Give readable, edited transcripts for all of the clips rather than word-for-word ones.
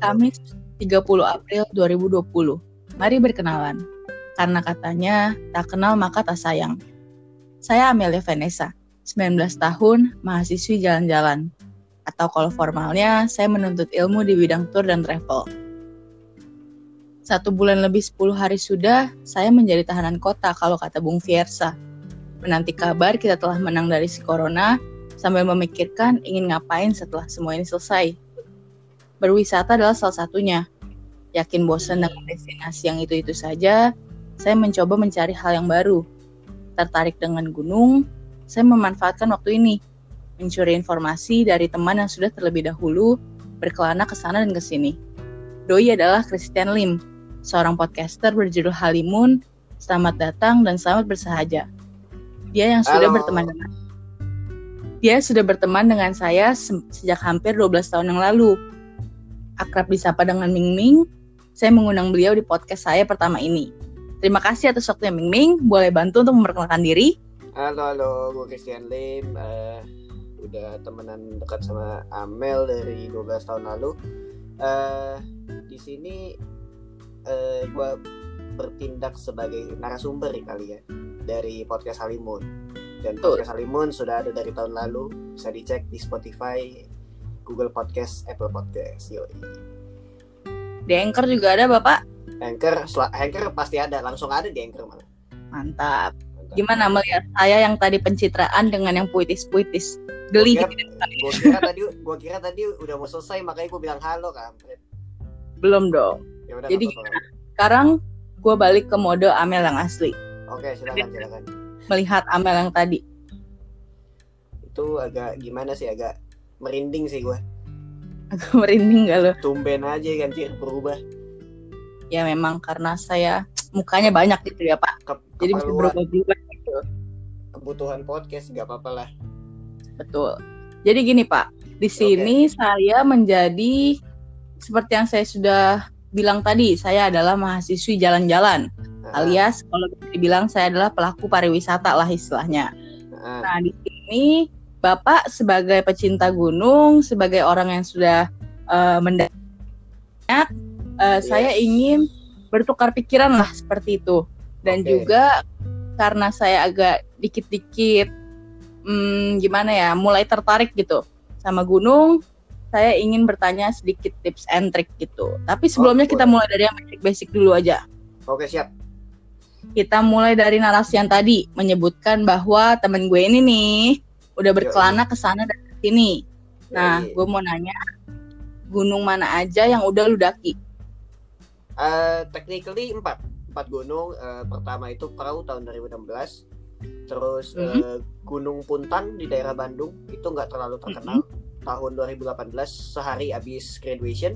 Kamis 30 April 2020. Mari berkenalan. Karena katanya, tak kenal maka tak sayang. Saya Amelia Vanessa, 19 tahun, mahasiswi jalan-jalan. Atau kalau formalnya, saya menuntut ilmu di bidang tour dan travel. 1 bulan lebih 10 hari sudah, saya menjadi tahanan kota kalau kata Bung Fiersa. Menanti kabar kita telah menang dari si Corona, sambil memikirkan ingin ngapain setelah semua ini selesai. Berwisata adalah salah satunya. Yakin bosan dengan destinasi yang itu-itu saja, saya mencoba mencari hal yang baru. Tertarik dengan gunung, saya memanfaatkan waktu ini. Mencuri informasi dari teman yang sudah terlebih dahulu berkelana ke sana dan ke sini. Doi adalah Christian Lim, seorang podcaster berjudul Halimun. Selamat datang dan selamat bersahaja. Dia sudah berteman dengan saya sejak hampir 12 tahun yang lalu. Akrab disapa dengan Ming Ming, saya mengundang beliau di podcast saya pertama ini. Terima kasih atas waktunya Ming Ming, boleh bantu untuk memperkenalkan diri? Halo, gue Christian Lim, udah temenan dekat sama Amel dari 12 tahun lalu. Di sini gue bertindak sebagai narasumber kali ya dari podcast Halimun. Dan podcast Halimun sudah ada dari tahun lalu, bisa dicek di Spotify, Google Podcast, Apple Podcast. Yoi. Di Anchor juga ada Bapak? Anchor pasti ada, langsung ada di Anchor malah. Mantap. Gimana melihat saya yang tadi pencitraan dengan yang puitis-puitis? Geli. Gue kira tadi udah mau selesai, makanya gue bilang halo kampret. Belum dong. Yaudah, jadi gimana? Sekarang gue balik ke mode Amel yang asli. Oke, silakan. Melihat Amel yang tadi itu agak gimana sih, agak merinding sih gue. Agak merinding gak lo? Tumben aja ganti berubah. Ya memang karena saya mukanya banyak gitu ya Pak. Jadi bisa berubah-ubah gitu. Kebutuhan podcast gak apa-apa lah. Betul. Jadi gini Pak, di sini saya menjadi seperti yang saya sudah bilang tadi, saya adalah mahasiswi jalan-jalan. Alias kalau dibilang saya adalah pelaku pariwisata lah istilahnya. Nah di sini Bapak sebagai pecinta gunung, sebagai orang yang sudah mendapat, saya ingin bertukar pikiran lah seperti itu. Dan juga karena saya agak dikit-dikit mulai tertarik gitu sama gunung, saya ingin bertanya sedikit tips and trick gitu. Tapi sebelumnya kita mulai dari yang basic dulu aja. Oke, siap. Kita mulai dari narasi yang tadi menyebutkan bahwa temen gue ini nih udah berkelana ke sana dan ke sini. Nah, gue mau nanya, gunung mana aja yang udah lu daki? Technically 4 gunung. Pertama itu Perahu tahun 2016. Terus Gunung Puntang di daerah Bandung, itu nggak terlalu terkenal. Tahun 2018 sehari abis graduation.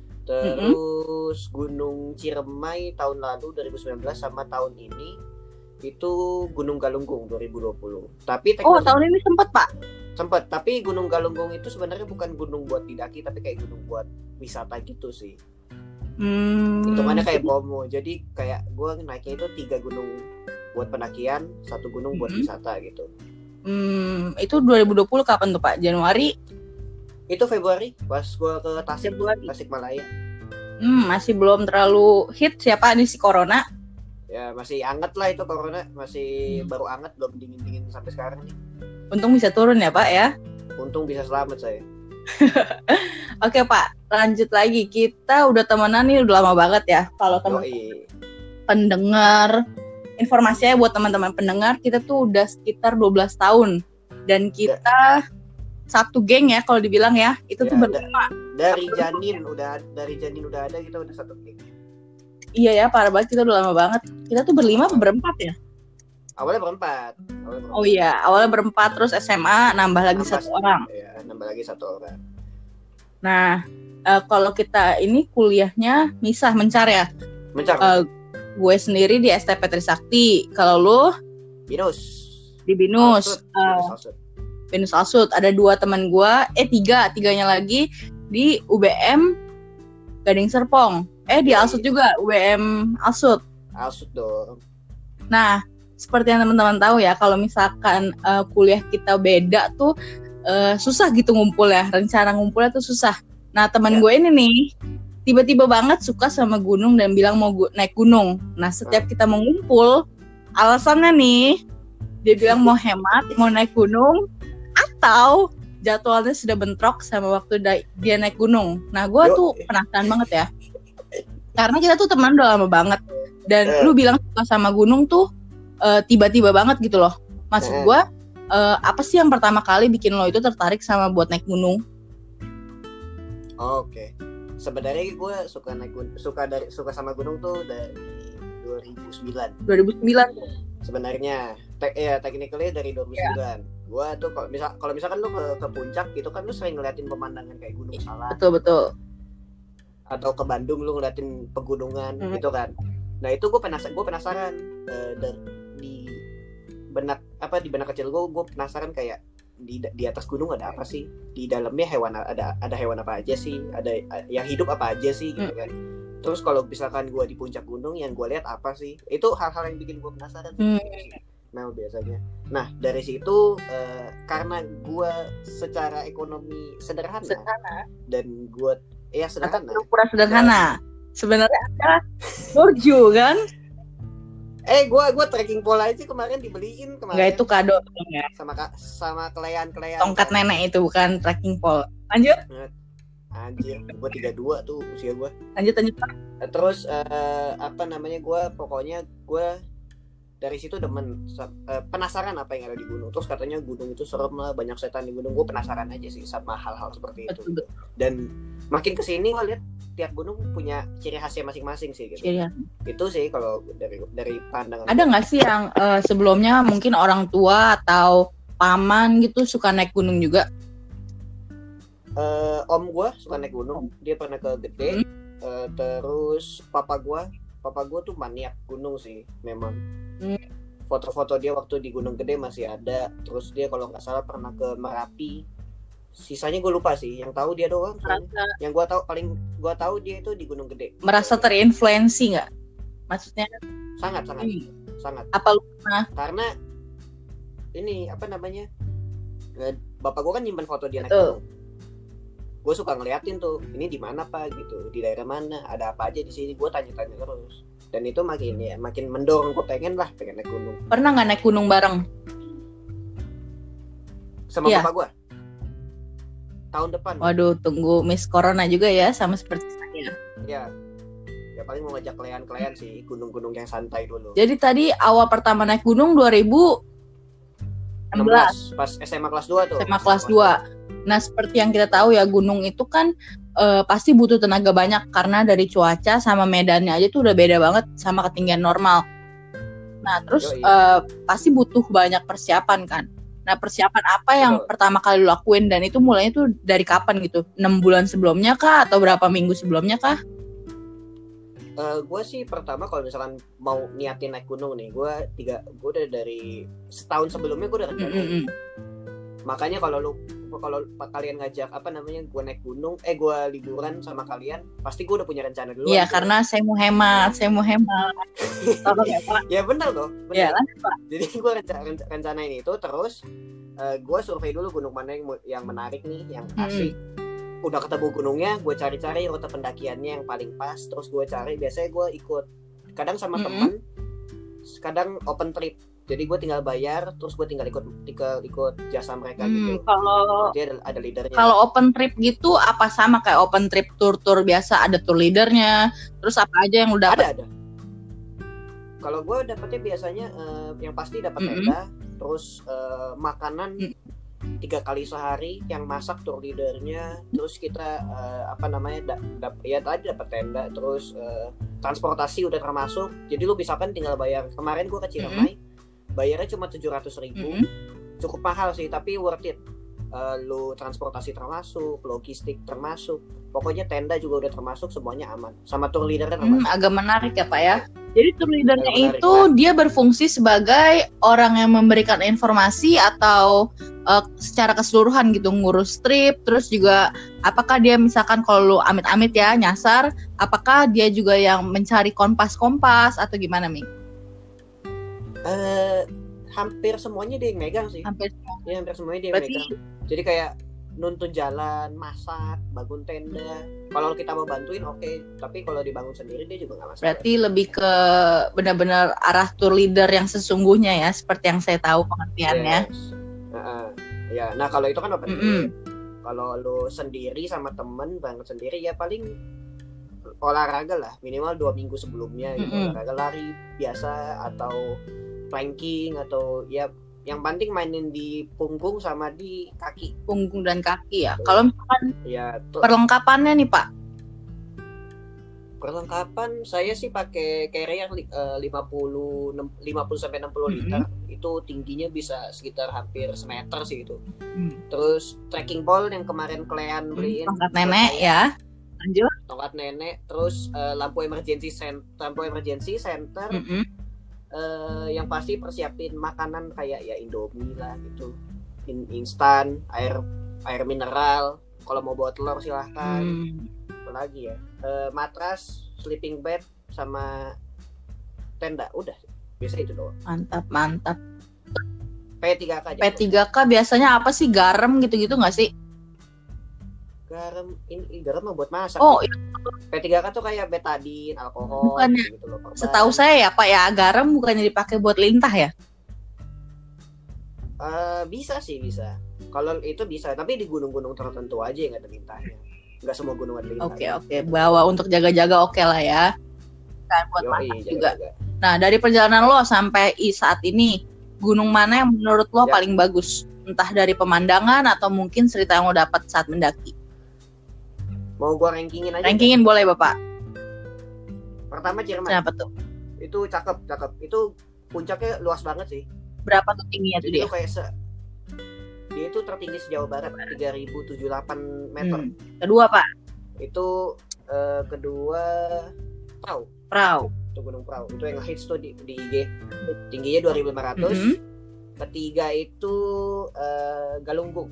Terus Gunung Ciremai tahun lalu 2019, sama tahun ini itu Gunung Galunggung 2020. Tapi tahun ini sempat Pak? Sempat, tapi Gunung Galunggung itu sebenarnya bukan gunung buat didaki, tapi kayak gunung buat wisata gitu sih. Hitungannya kayak promo. Jadi kayak gue naiknya itu 3 gunung buat pendakian, 1 gunung buat wisata gitu. Itu 2020 kapan tuh Pak? Januari? Itu Februari pas gue ke Tasikmalaya. Masih belum terlalu hit siapa nih si Corona? Ya masih anget lah itu Corona, masih baru anget, belum dingin sampai sekarang nih. Untung bisa turun ya Pak ya? Untung bisa selamat saya. Oke Pak, lanjut lagi. Kita udah temenan nih udah lama banget ya. Kalau teman-teman pendengar, informasinya buat teman-teman pendengar, kita tuh udah sekitar 12 tahun. Dan kita satu geng ya kalau dibilang ya, itu tuh berlima. Dari janin udah ada, kita udah satu geng. Iya ya, parah banget, kita udah lama banget. Kita tuh berlima apa berempat ya? Awalnya berempat. Oh iya, awalnya berempat, terus SMA nambah lagi 1 orang. Iya, nambah lagi 1 orang. Nah, kalau kita ini kuliahnya misah mencar ya. Gue sendiri di STP Trisakti. Kalau lu? Binus. Di Binus. Binus Alsut. Ada 2 teman gue, 3-nya lagi di UBM Gading Serpong. Di Alsut juga, UBM Alsut. Alsut dong. Nah, seperti yang teman-teman tahu ya, kalau misalkan kuliah kita beda tuh susah gitu ngumpul ya. Rencana ngumpulnya tuh susah. Nah, teman gue ini nih tiba-tiba banget suka sama gunung dan bilang mau naik gunung. Nah setiap kita mau ngumpul, alasannya nih, dia bilang mau hemat, mau naik gunung, atau jadwalnya sudah bentrok sama waktu dia naik gunung. Nah gue tuh penasaran banget ya, karena kita tuh teman udah lama banget. Dan lu bilang suka sama gunung tuh tiba-tiba banget gitu loh. Maksud gue, apa sih yang pertama kali bikin lo itu tertarik sama buat naik gunung? Oke. Sebenarnya gue suka naik gunung, suka sama gunung tuh dari 2009. 2009. Sebenarnya technically dari 2009. Yeah. Gue tuh kalau misalkan lu ke puncak gitu kan lu sering ngeliatin pemandangan kayak Gunung Salak. Betul. Atau ke Bandung lu ngeliatin pegunungan gitu kan. Nah, itu gue penasaran di benak kecil gue penasaran kayak di atas gunung ada apa sih, di dalamnya ada hewan apa aja sih, ada yang hidup apa aja sih gitu kan. Terus kalau misalkan gue di puncak gunung yang gue lihat apa sih, itu hal-hal yang bikin gue penasaran Mel biasanya. Nah dari situ karena gue secara ekonomi sederhana. Dan gue sederhana, ukuran sederhana sebenarnya ada Borju kan. Gue trekking pole aja kemarin dibeliin kemarin. Enggak, itu kado ya. Sama kelean. Tongkat nenek itu bukan trekking pole. Lanjut. Anjir, gue 32 tuh usia gue. Lanjut. Terus gue dari situ demen penasaran apa yang ada di gunung. Terus katanya gunung itu serem lah, banyak setan di gunung. Gue penasaran aja sih sama hal-hal seperti itu. Betul. Dan makin kesini gue lihat tiap gunung punya ciri khasnya masing-masing sih gitu. Iya. Itu sih kalau dari pandangan. Ada nggak sih yang sebelumnya mungkin orang tua atau paman gitu suka naik gunung juga? Om gue suka naik gunung. Dia pernah ke Gede. Terus papa gue tuh maniak gunung sih memang. Foto-foto dia waktu di Gunung Gede masih ada. Terus dia kalau nggak salah pernah ke Merapi. Sisanya gue lupa sih. Yang tahu dia doang. Yang gue tahu dia itu di Gunung Gede. Merasa terinfluensi nggak? Maksudnya? Sangat. Apa lu pernah? Karena ini bapak gue kan nyimpen foto dia naik gunung. Gue suka ngeliatin tuh, ini di mana Pak gitu, di daerah mana, ada apa aja di sini. Gue tanya-tanya terus. Dan itu makin mendorong gue pengen naik gunung. Pernah nggak naik gunung bareng? Sama bapak gue? Tahun depan. Waduh, tunggu Miss Corona juga ya, sama seperti saya. Iya. Ya paling mau ngajak kalian sih, gunung-gunung yang santai dulu. Jadi tadi awal pertama naik gunung 2016. Pas SMA kelas 2 tuh. SMA kelas 2. Nah, seperti yang kita tahu ya, gunung itu kan pasti butuh tenaga banyak karena dari cuaca sama medannya aja tuh udah beda banget sama ketinggian normal. Nah, terus pasti butuh banyak persiapan kan. Nah, persiapan apa yang pertama kali lu lakuin dan itu mulainya tuh dari kapan gitu? 6 bulan sebelumnya kah atau berapa minggu sebelumnya kah? Gue sih pertama kalau misalkan mau niatin naik gunung nih, gue udah dari setahun sebelumnya gue udah rencanain. Makanya kalau kalian ngajak gue naik gunung, gue liburan sama kalian, pasti gue udah punya rencana dulu. Iya, karena saya mau hemat. Tolong ya Pak. Ya benar loh. Ya lanjut Pak. Jadi gue rencanain itu, terus gue survei dulu gunung mana yang menarik nih, yang asik. Udah ketemu gunungnya, gue cari-cari rute pendakiannya yang paling pas. Terus gue cari, biasanya gue ikut kadang sama teman, kadang open trip. Jadi gue tinggal bayar, terus gue tinggal ikut jasa mereka gitu. Kalau ada leadernya. Kalau open trip gitu apa sama kayak open trip tour biasa, ada tour leadernya, terus apa aja yang udah ada. Kalau gue dapetnya biasanya yang pasti dapat tenda, terus makanan 3 kali sehari yang masak tour leadernya, terus kita dapat tenda, terus transportasi udah termasuk. Jadi lu misalkan tinggal bayar. Kemarin gue ke Ciremai, bayarnya cuma 700.000, cukup mahal sih tapi worth it. Lu transportasi termasuk, logistik termasuk, pokoknya tenda juga udah termasuk, semuanya aman. Sama tour leadernya termasuk. Agak menarik ya Pak ya. Jadi tour leadernya itu dia berfungsi sebagai orang yang memberikan informasi atau secara keseluruhan gitu, ngurus trip, terus juga apakah dia misalkan kalau lu amit-amit ya nyasar, apakah dia juga yang mencari kompas atau gimana Mi? Hampir semuanya dia yang megang sih. Hampir semuanya dia yang megang. Jadi kayak nuntun jalan, masak, bangun tenda, Kalau kita mau bantuin oke, tapi kalau dibangun sendiri dia juga nggak masalah. Berarti lebih ke benar-benar arah tour leader yang sesungguhnya ya, seperti yang saya tahu pengertiannya. Yes. Ya, nah kalau itu kan open trip. Kalau lu sendiri sama temen banget sendiri ya paling olahraga lah, minimal 2 minggu sebelumnya gitu. Olahraga lari biasa atau planking atau ya yang penting mainin di punggung sama di kaki. Punggung dan kaki ya. Kalau misalkan ya, perlengkapannya nih Pak. Perlengkapan saya sih pakai carrier 50 sampai 60 liter. Itu tingginya bisa sekitar hampir semeter sih itu. Terus trekking pole yang kemarin kalian beliin. Tongkat nenek ya. Lanjut. Tongkat nenek, terus lampu emergency center. Yang pasti persiapin makanan kayak ya Indomie lah gitu, instan, air mineral. Kalau mau bawa telur silahkan. Apalagi ya, matras, sleeping bag sama tenda, udah biasa itu doang. Mantap. P3K aja. P3K biasanya apa sih, garam gitu-gitu nggak sih? Garam mah buat masak. Oh iya. P3K tuh kayak betadine, alkohol. Bukannya, gitu loh. setahu saya ya Pak ya, garam bukannya dipakai buat lintah ya? Bisa. Kalau itu bisa, tapi di gunung-gunung tertentu aja yang ada lintahnya. Nggak semua gunung ada lintahnya. Oke. Bawa untuk jaga-jaga oke lah ya. Kan buat masak juga. Nah, dari perjalanan lo sampai saat ini, gunung mana yang menurut lo paling bagus? Entah dari pemandangan atau mungkin cerita yang lo dapat saat mendaki. Mau gua rankingin aja? Rankingin boleh Bapak. Pertama Jerman. Kenapa tuh? Itu cakep. Itu puncaknya luas banget sih. Berapa tuh tingginya tuh dia? Itu kayak dia itu tertinggi se-Jawa Barat, 3078 meter. Kedua Pak? Itu kedua Prau. Itu Gunung Prau. Itu yang hits tuh di IG. Tingginya 2500. Ketiga itu Galunggung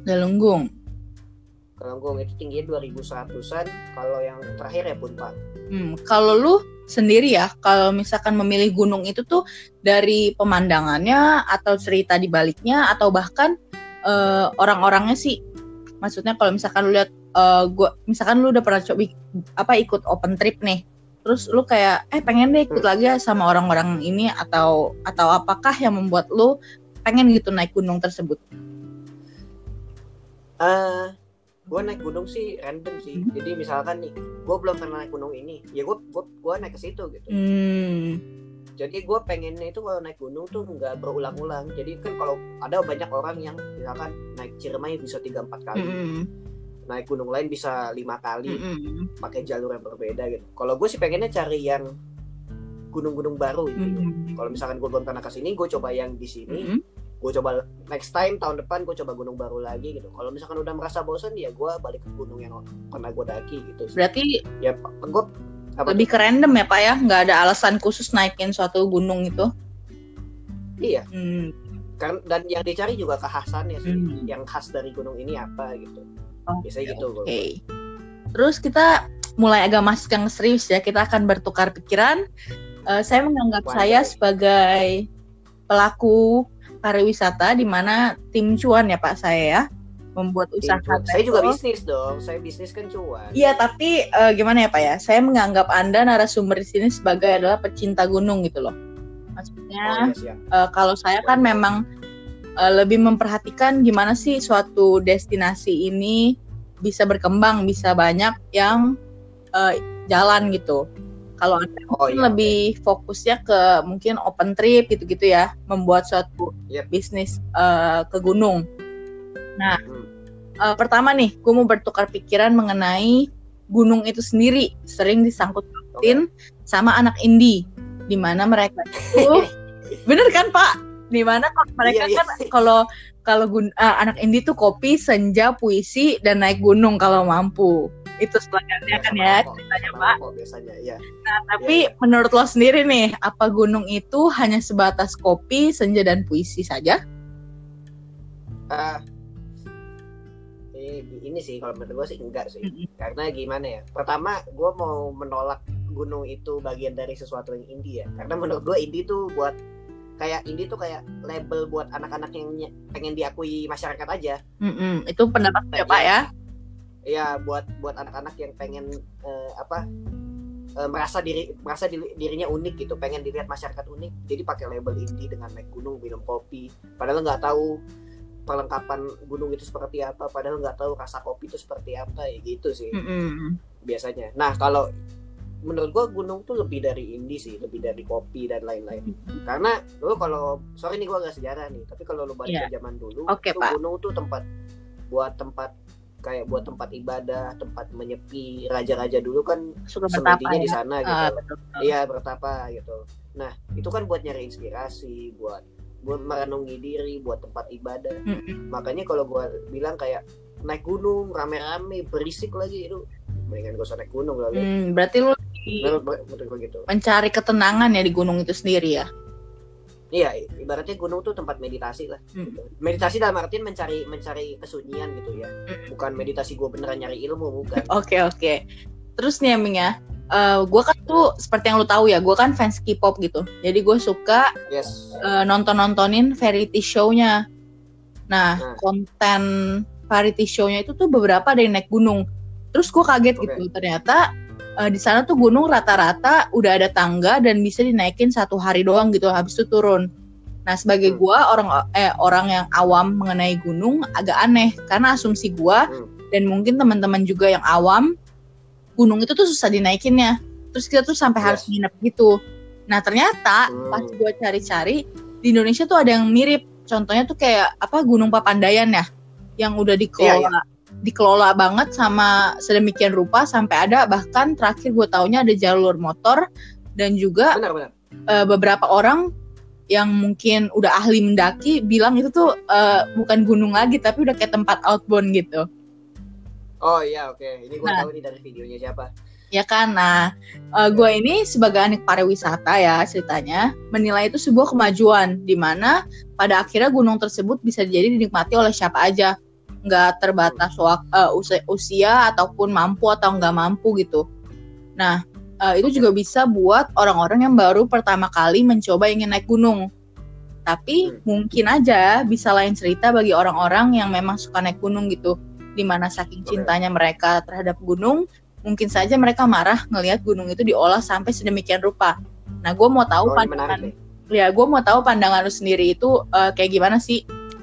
itu tingginya 2100-an. Kalau yang terakhir ya Puntang. Kalau lu sendiri ya, kalau misalkan memilih gunung itu tuh dari pemandangannya atau cerita di baliknya atau bahkan orang-orangnya sih. Maksudnya kalau misalkan lu lihat misalkan lu udah pernah ikut open trip nih. Terus lu kayak pengen deh ikut lagi sama orang-orang ini atau apakah yang membuat lu pengen gitu naik gunung tersebut? Gue naik gunung sih random sih. Jadi misalkan nih, gue belum pernah naik gunung ini, ya gue naik ke situ gitu. Jadi gue pengennya itu kalau naik gunung tuh nggak berulang-ulang. Jadi kan kalau ada banyak orang yang misalkan naik Ciremai bisa 3-4 kali, naik gunung lain bisa 5 kali, pakai jalur yang berbeda gitu. Kalau gue sih pengennya cari yang gunung-gunung baru gitu. Kalau misalkan gue belum pernah ke sini, gue coba yang di sini. Gue coba next time tahun depan gue coba gunung baru lagi gitu. Kalau misalkan udah merasa bosan ya gue balik ke gunung yang pernah gue daki gitu. Berarti ya gue lebih ke random ya Pak ya, nggak ada alasan khusus naikin suatu gunung itu. Iya. Dan yang dicari juga kekhasannya sih. Yang khas dari gunung ini apa gitu. Biasanya gitu. Oke. Terus kita mulai agak masuk yang serius ya. Kita akan bertukar pikiran. Saya menganggap saya sebagai pelaku pariwisata di mana tim cuan ya Pak saya ya, membuat usaha. Saya juga bisnis dong, saya bisnis kan cuan. Iya tapi gimana ya Pak ya, saya menganggap Anda narasumber di sini sebagai adalah pecinta gunung gitu loh. Maksudnya kalau saya kan memang lebih memperhatikan gimana sih suatu destinasi ini bisa berkembang, bisa banyak yang jalan gitu. Kalau Anda mungkin lebih fokusnya ke mungkin open trip gitu-gitu ya, membuat suatu bisnis ke gunung. Nah, pertama nih, gue mau bertukar pikiran mengenai gunung itu sendiri. Sering disangkut-pautin sama anak indie, di mana mereka itu, bener kan Pak? Di mana mereka kan kalau anak indie tuh kopi, senja, puisi, dan naik gunung kalau mampu. Itu slogannya kan ya ceritanya Pak. Biasanya, ya. Nah tapi menurut lo sendiri nih, apa gunung itu hanya sebatas kopi, senja dan puisi saja? Ini sih kalau menurut gue sih enggak sih. Karena gimana ya? Pertama gue mau menolak gunung itu bagian dari sesuatu yang indie ya. Karena menurut gue indie tuh indie tuh kayak label buat anak-anak yang pengen diakui masyarakat aja. Itu pendapat ya Pak ya? ya buat anak-anak yang pengen merasa dirinya unik gitu, pengen dilihat masyarakat unik, jadi pakai label indie dengan naik gunung minum kopi, padahal nggak tahu perlengkapan gunung itu seperti apa, padahal nggak tahu rasa kopi itu seperti apa, ya gitu sih biasanya. Nah kalau menurut gua gunung tuh lebih dari indie sih, lebih dari kopi dan lain-lain. Karena lu kalau sorry nih gua nggak sejarah nih, tapi kalau lu balik ke zaman dulu, tuh gunung tuh tempat kayak buat tempat ibadah, tempat menyepi. Raja-raja dulu kan semedinya di sana gitu. Iya, bertapa gitu. Nah, itu kan buat nyari inspirasi, buat merenungi diri, buat tempat ibadah. Makanya kalau gua bilang kayak naik gunung rame-rame berisik lagi, itu mendingan gak usah naik gunung lagi. Berarti lu gitu. Mencari ketenangan ya di gunung itu sendiri ya? Iya, ibaratnya gunung tuh tempat meditasi lah. Gitu. Meditasi dalam artian mencari kesunyian gitu ya. Bukan meditasi gue beneran nyari ilmu, bukan. Oke. Terus nih Aming ya, gue kan tuh seperti yang lu tahu ya, gue kan fans K-pop gitu. Jadi gue suka nontonin variety show-nya. Nah, konten variety show-nya itu tuh beberapa ada yang naik gunung. Terus gue kaget gitu, ternyata di sana tuh gunung rata-rata udah ada tangga dan bisa dinaikin 1 hari doang gitu, habis itu turun. Nah sebagai gue orang yang awam mengenai gunung agak aneh, karena asumsi gue dan mungkin teman-teman juga yang awam, gunung itu tuh susah dinaikinnya. Terus kita tuh sampai harus nginep gitu. Nah ternyata pas gue cari-cari di Indonesia tuh ada yang mirip. Contohnya tuh kayak Gunung Papandayan ya, yang udah dikelola banget sama sedemikian rupa, sampai ada bahkan terakhir gue taunya ada jalur motor, dan juga beberapa orang yang mungkin udah ahli mendaki bilang itu tuh bukan gunung lagi tapi udah kayak tempat outbound gitu. Oh iya, oke. Ini gue tahu nih dari videonya siapa. Ya kan, nah gue ini sebagai anak pariwisata ya ceritanya menilai itu sebuah kemajuan, di mana pada akhirnya gunung tersebut bisa jadi dinikmati oleh siapa aja, nggak terbatas usia ataupun mampu atau nggak mampu gitu. Nah itu juga bisa buat orang-orang yang baru pertama kali mencoba ingin naik gunung. Tapi mungkin aja bisa lain cerita bagi orang-orang yang memang suka naik gunung gitu, dimana saking cintanya mereka terhadap gunung, mungkin saja mereka marah ngelihat gunung itu diolah sampai sedemikian rupa. Nah gue mau tahu pandangan lu sendiri itu kayak gimana sih?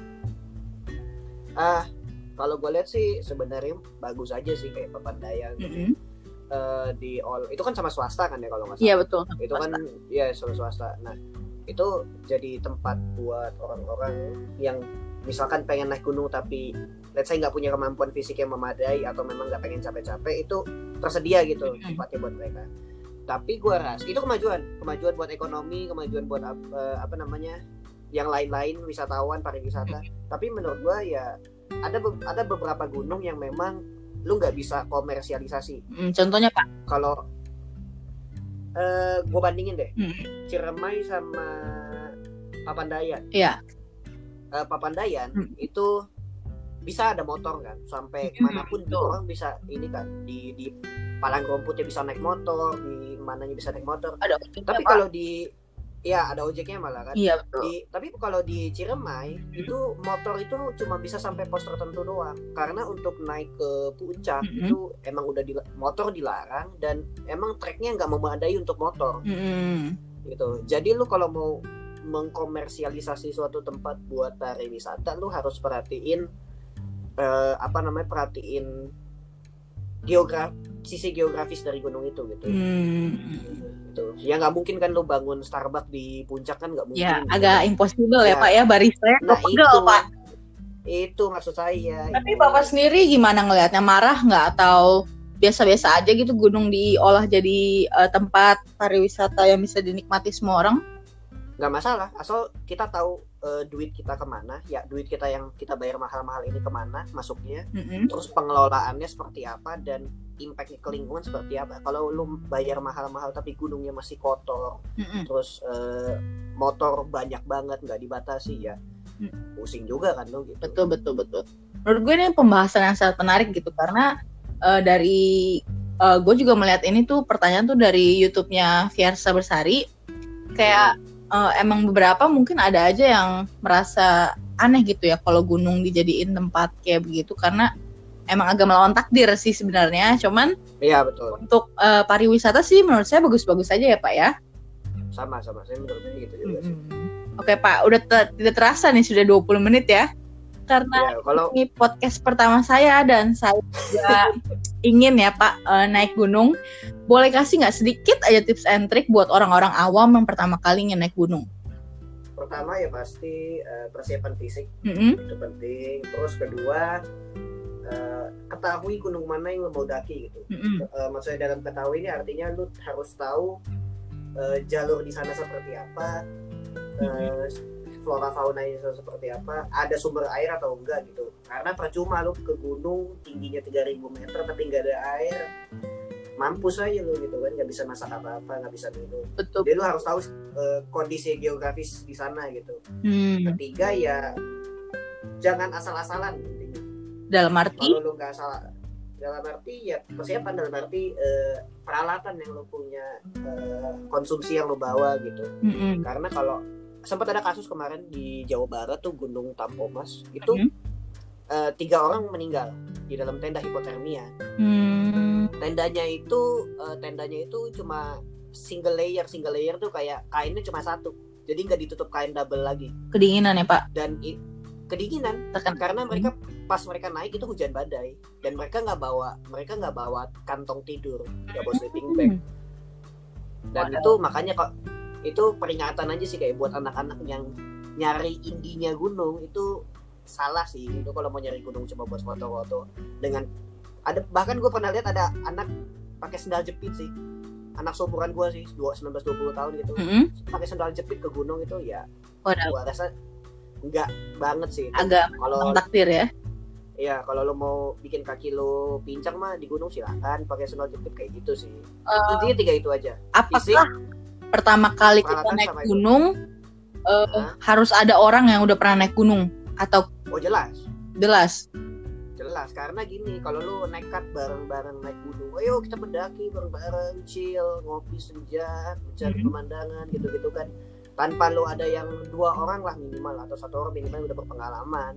Kalau gue lihat sih sebenarnya bagus aja sih, kayak Papandayan itu kan sama swasta kan ya kalau nggak salah. Iya betul. Itu swasta. Kan ya sama swasta. Nah itu jadi tempat buat orang-orang yang misalkan pengen naik gunung tapi let's say nggak punya kemampuan fisik yang memadai atau memang nggak pengen capek-capek, itu tersedia gitu tempatnya buat mereka. Tapi gue rasa itu kemajuan buat ekonomi, kemajuan buat yang lain-lain, wisatawan, pariwisata. Tapi menurut gue ya ada beberapa gunung yang memang lu nggak bisa komersialisasi. Contohnya Pak? Kalau gue bandingin deh, Ciremai sama Papandayan. Iya. Papandayan itu bisa ada motor kan, sampai kemanapun orang bisa ini kan, di Palang Rumputnya bisa naik motor, di mananya bisa naik motor. Tapi kalau ada ojeknya malah kan. Iya betul. Tapi kalau di Ciremai itu motor itu cuma bisa sampai pos tertentu doang, karena untuk naik ke puncak itu emang udah motor dilarang, dan emang treknya nggak memadai untuk motor. Gitu. Jadi lu kalau mau mengkomersialisasi suatu tempat buat pariwisata, lu harus perhatiin sisi geografis dari gunung itu gitu. Gitu. Ya nggak mungkin kan lu bangun Starbucks di puncak, kan nggak mungkin. Ya gitu. Agak impossible ya Pak ya, baristanya pegel Pak. Itu maksud saya. Tapi Bapak sendiri gimana ngelihatnya, marah nggak atau biasa-biasa aja gitu gunung diolah jadi tempat pariwisata yang bisa dinikmati semua orang? Nggak masalah, asal kita tahu duit kita kemana, ya duit kita yang kita bayar mahal-mahal ini kemana masuknya, terus pengelolaannya seperti apa, dan impact ke lingkungan seperti apa. Kalau lu bayar mahal-mahal tapi gunungnya masih kotor, terus motor banyak banget nggak dibatasi, ya pusing juga kan lo gitu. Betul. Menurut gue ini pembahasan yang sangat menarik gitu, karena dari gue juga melihat ini tuh pertanyaan tuh dari YouTube-nya Fiersa Bersari, kayak emang beberapa mungkin ada aja yang merasa aneh gitu ya kalau gunung dijadiin tempat kayak begitu, karena emang agak melawan takdir sih sebenarnya. Cuman Iya betul. untuk pariwisata sih menurut saya bagus-bagus aja ya Pak ya. Sama saya menurutnya gitu juga sih. Oke Pak, udah tidak terasa nih sudah 20 menit ya. Karena ini podcast pertama saya dan saya juga ingin ya Pak naik gunung. Boleh kasih nggak sedikit aja tips and trick buat orang-orang awam yang pertama kali ingin naik gunung? Pertama ya pasti persiapan fisik itu penting. Terus kedua ketahui gunung mana yang lo mau daki gitu. Maksudnya dalam ketahui ini artinya lo harus tahu jalur di sana seperti apa, flora faunanya seperti apa, ada sumber air atau enggak gitu. Karena percuma lo ke gunung tingginya 3000 meter tapi nggak ada air, mampus aja lo gitu kan, nggak bisa masak apa-apa, nggak bisa minum. Betul. Jadi lo harus tahu kondisi geografis di sana gitu. Ketiga ya jangan asal-asalan intinya. Dalam arti? Kalau lo nggak salah, dalam arti ya persiapan, dalam arti peralatan yang lo punya, konsumsi yang lo bawa gitu. Karena kalau sempat ada kasus kemarin di Jawa Barat tuh Gunung Tampomas itu 3 orang meninggal di dalam tenda hipotermia. Tendanya itu cuma single layer tuh kayak kainnya cuma satu, jadi nggak ditutup kain double lagi. Kedinginan ya Pak? Dan kedinginan karena mereka pas mereka naik itu hujan badai dan mereka nggak bawa kantong tidur, nggak bawa sleeping bag. Dan itu makanya kok itu peringatan aja sih kayak buat anak-anak yang nyari indinya gunung itu salah sih. Itu kalau mau nyari gunung cuma buat foto-foto dengan bahkan gue pernah lihat ada anak pakai sendal jepit sih, anak seumuran gue sih 19-20 tahun gitu, pakai sendal jepit ke gunung itu ya. Gue rasa enggak banget sih itu. Agak kalau takdir ya. Iya, kalau lo mau bikin kaki lo pincang mah di gunung silakan pakai sendal jepit kayak gitu sih. Intinya 3 itu aja. Apakah pertama kali kita naik gunung harus ada orang yang udah pernah naik gunung atau? Oh jelas karena gini, kalau lu nekat bareng-bareng naik gunung, ayo kita mendaki bareng-bareng, chill, ngopi senja, mencari pemandangan gitu-gitu kan, tanpa lu ada yang 2 orang lah minimal atau 1 orang minimal udah berpengalaman,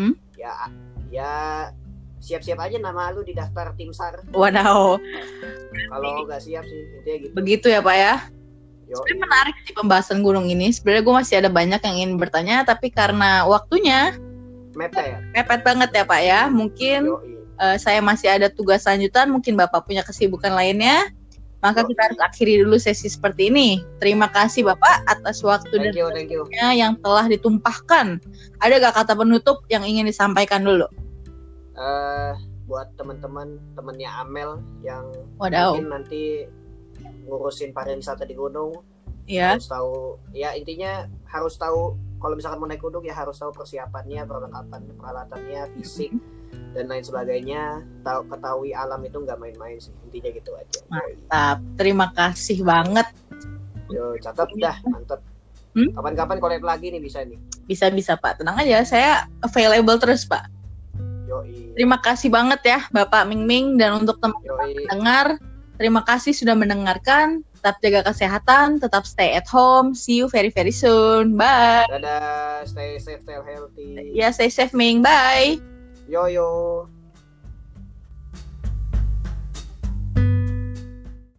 ya siap-siap aja nama lu di daftar tim SAR. Wadaw. Kalau nggak siap sih intinya gitu. Begitu ya Pak ya. Sebenarnya menarik sih pembahasan gunung ini. Sebenarnya gue masih ada banyak yang ingin bertanya, tapi karena waktunya mepet banget ya Pak ya. Mungkin saya masih ada tugas lanjutan, mungkin Bapak punya kesibukan lainnya. Maka kita harus akhiri dulu sesi seperti ini. Terima kasih Bapak atas waktu dan waktunya yang telah ditumpahkan. Ada gak kata penutup yang ingin disampaikan dulu? Buat temannya Amel yang mungkin nanti ngurusin pariwisata di gunung, harus tahu ya, intinya harus tahu kalau misalkan mau naik gunung ya harus tahu persiapannya, peralatannya, fisik dan lain sebagainya. Ketahui alam itu nggak main-main sih, intinya gitu aja. Mantap, terima kasih banget. Yo, catat dah, mantap. Kapan-kapan collab lagi nih bisa nih. Bisa Pak, tenang aja, saya available terus Pak. Yoi. Terima kasih banget ya Bapak Ming dan untuk teman-teman pendengar. Terima kasih sudah mendengarkan. Tetap jaga kesehatan, tetap stay at home. See you very very soon. Bye. Dadah, stay safe, stay healthy. Ya, stay safe Ming. Bye. Yo.